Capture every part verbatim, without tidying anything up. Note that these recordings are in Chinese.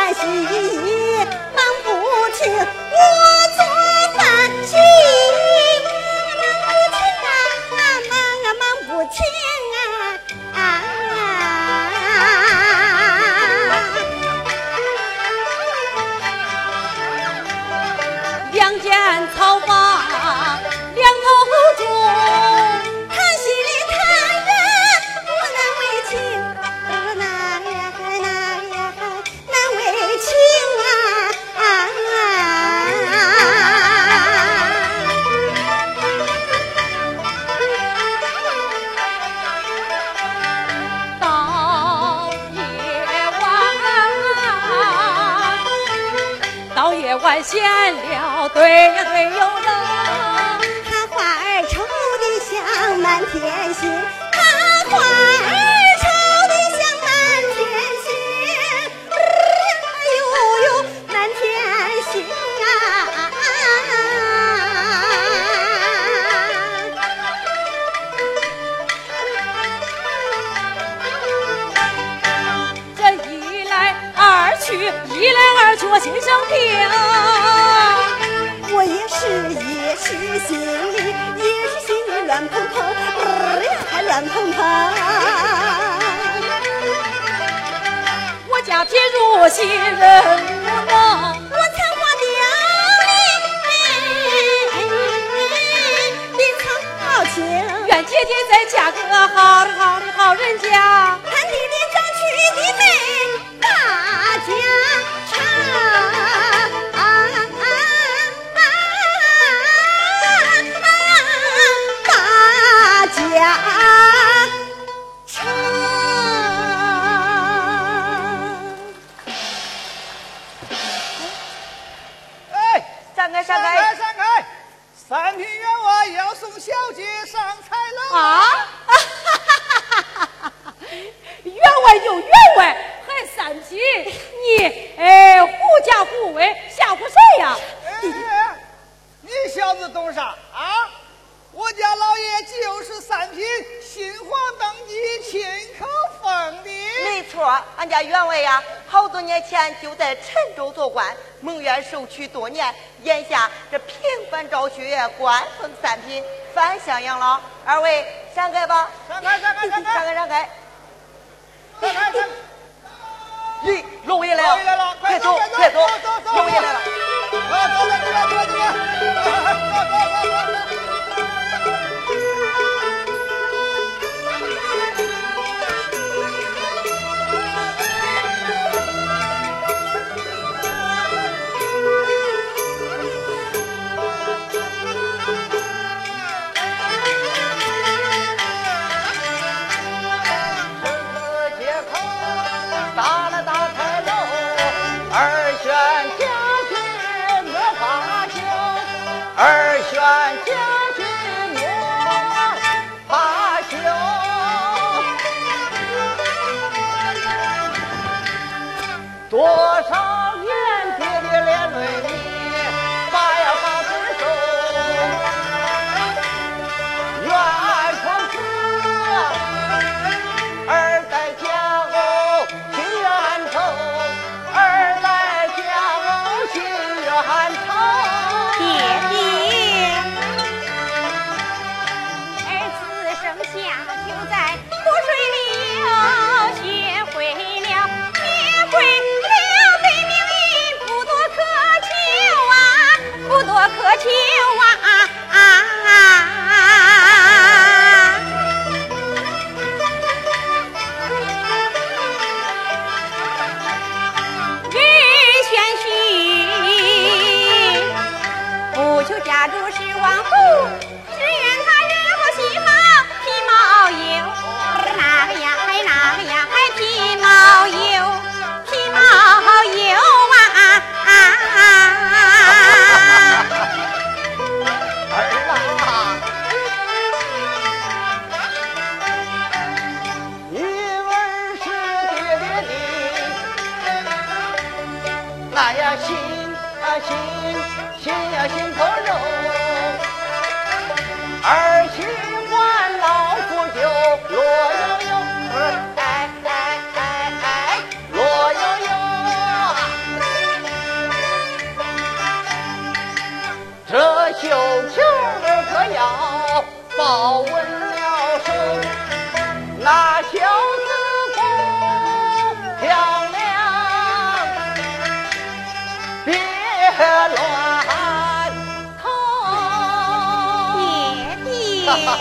欢喜，忙不停，我做饭去，忙不停啊，忙啊忙不停啊啊！ 两间草房两头住， 谈心里谈人不难为情，不难呀难呀难为情啊！ 到夜晚，到夜晚闲聊，对呀对有人。 他花儿愁的像满天星，他花儿愁的像满天星，哎呦呦满天星啊！ 这一来二去，一来二去，我心生病。 我也是，也是心里，也是心里乱蓬蓬，哎呀还乱蓬蓬。 我家贫如洗人无能， 我才花掉你，你操情。 愿姐姐再嫁个好的好的好人家， 看弟弟争取的美大家长。家常。 哎， 闪开，闪开， 开， 闪开！三品员外要送小姐上彩楼啊！员外就员外，还三品，你哎狐假虎威，吓唬谁呀？ 哎，你小子懂啥啊？我家老爷就是三品新皇登基亲口封的。 没错，俺家员外呀，好多年前就在陈州做官，蒙冤受屈多年，眼下这平反昭雪，官封三品，返襄阳了。二位闪开吧， 闪开，闪开，闪开， 闪开，闪开！ 闪开，闪开！ 咦，龙爷来了！ 龙爷来了， 快走， 快走， 快走，走， 龙爷来了！ 啊，走走这边，这边，这边，走走走走走。 二选将军莫罢休，多少年爹爹连累你，把呀把子收，愿从此儿在家后心冤仇，儿来家后心冤仇。 爹爹。 下就在湖水里游，学会了，学会了，对命运不多苛求啊，不多苛求啊啊啊！人选婿，不求家主是王侯，只愿他日后西方。皮毛油，那个呀，还那个呀，还皮毛油，皮毛油啊啊啊！ 儿啊，你儿是爹爹的，那呀心啊心心呀心头肉，儿媳妇老夫就罗悠悠，哎哎哎哎，罗悠悠，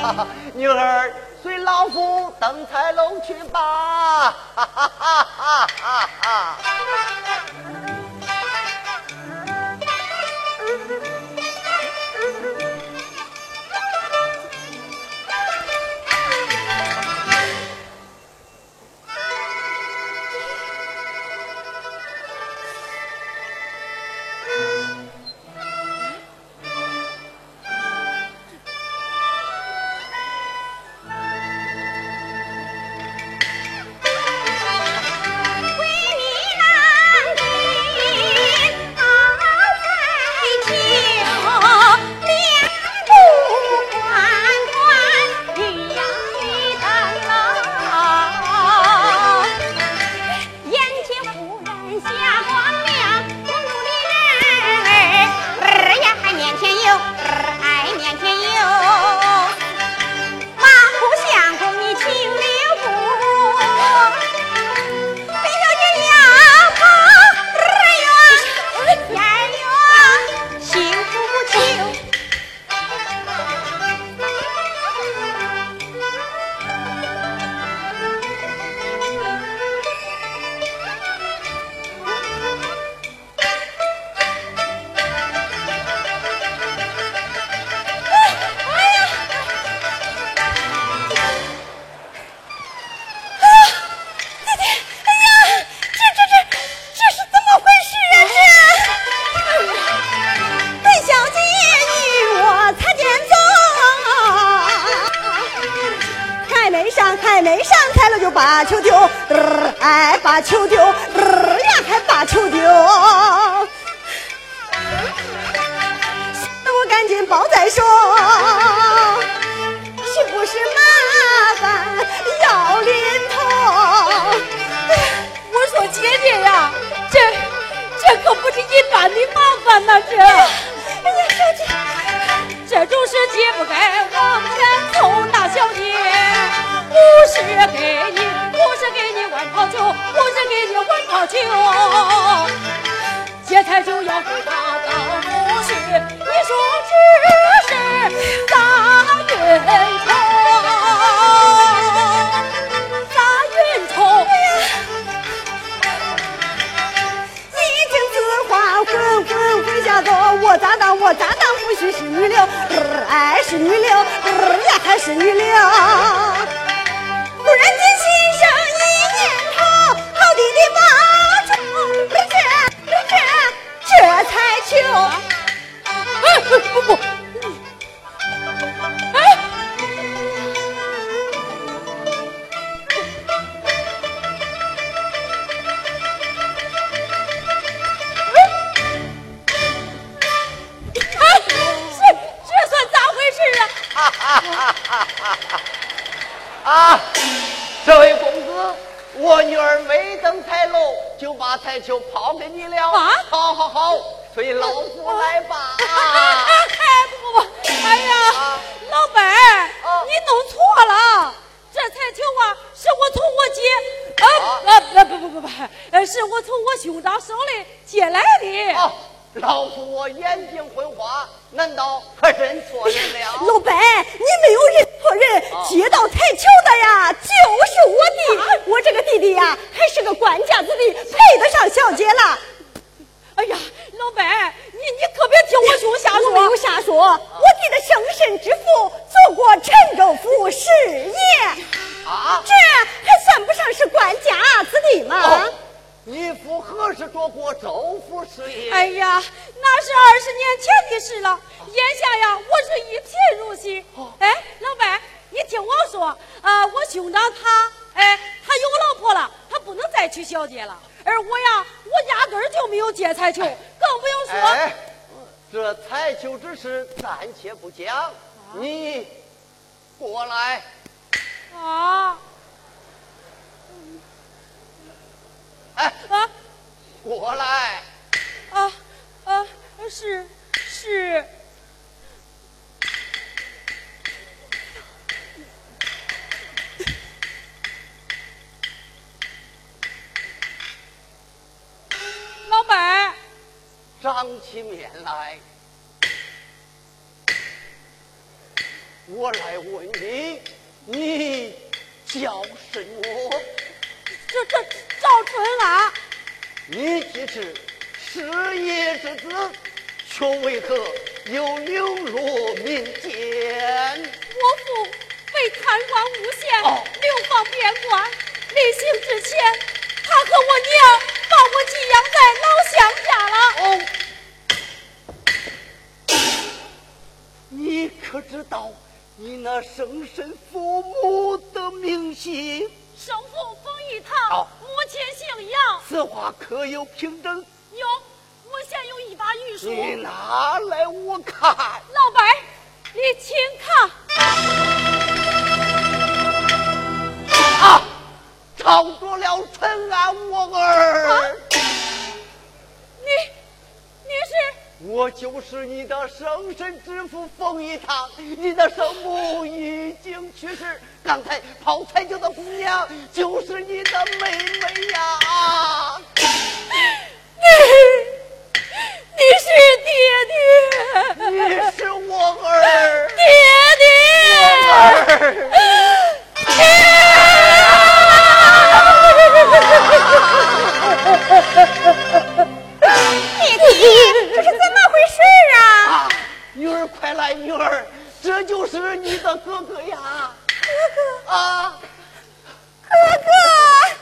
啊，女儿随老夫登彩楼去吧。哈哈哈哈哈哈！ 把球丢，呃、哎，把球丢，呃、呀，还把球丢。我赶紧抱在手，是不是麻烦要临头？ 我说姐姐呀，这这可不是一般的麻烦呐，这。哎呀，小姐，这种事姐不该往前凑，那小姐。不是给你，不是给你玩泡球，不是给你玩泡球，劫财就要给他当不是，你说只是砸云头，砸云头。 一听此话，滚滚滚下走，我咋当我咋当不许是女流，呃、哎是女流，呃、呀还是女流。忽然间心生一念头，好弟弟把住这这这才求。 哎不不，哎，哎，这这算咋回事啊？ 哈哈哈哈哈哈！啊，这位公子，我女儿没登彩楼就把彩球抛给你了。 啊， 好好好，随老夫来吧。 啊，哎不不不，哎呀，啊、老板，啊、你弄错了，这彩球啊，是我从我姐，呃啊、呃不不不不，呃是我从我兄长手里借来的。 哦，老夫我眼睛昏花，难道还认错人了？ 老板，你没有认错人，接到彩球的呀，就是我弟。啊、我这个弟弟呀，还是个官家子弟，配得上小姐了。 哎呀，老板，你你可别听我兄瞎说。 我没有瞎说，啊、我弟的生身之父做过陈州府师爷， 啊， 这还算不上是官家子弟吗？ 哦，你父何时做过州府师爷？ 哎呀，那是二十年前的事了。眼下呀，我是一贫如洗。哦、哎，老板，你听我说，啊、呃，我兄长他，哎，他有老婆了，他不能再娶小姐了。而我呀，我压根儿就没有接彩球，哎、更不用说。 哎，这彩球之事暂且不讲，啊、你过来。 啊。 哎啊， 过来！ 啊啊，是是。老板， 长起面来， 我来问你，你叫什么？ 这这赵春啊， 你既是师爷之子，却为何又流落民间？ 我父被贪官诬陷， 哦流放边关。临行之前，他和我娘把我寄养在老乡家了。 哦，你可知道你那生身父母的名姓？ 生父冯玉堂， 哦母亲姓杨。 此话可有凭证？ 有，我现有一把玉书。 你拿来我看。 老板，你请看。 啊，操作了陈安我儿。 啊、你，你是？ 我就是你的生身之父冯一堂，你的生母已经去世，刚才泡彩酒的姑娘就是你的妹妹呀。 你，你是爹爹， 你是我儿， 爹爹， 我儿， 爹爹，这是怎么回事啊？ 啊，女儿快来，女儿，这就是你的哥哥呀。 哥哥啊， 哥哥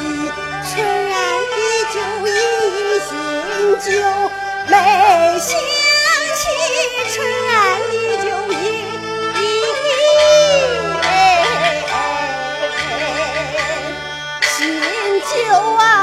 意，纯然的酒意新酒，没想起纯然的酒意。新酒啊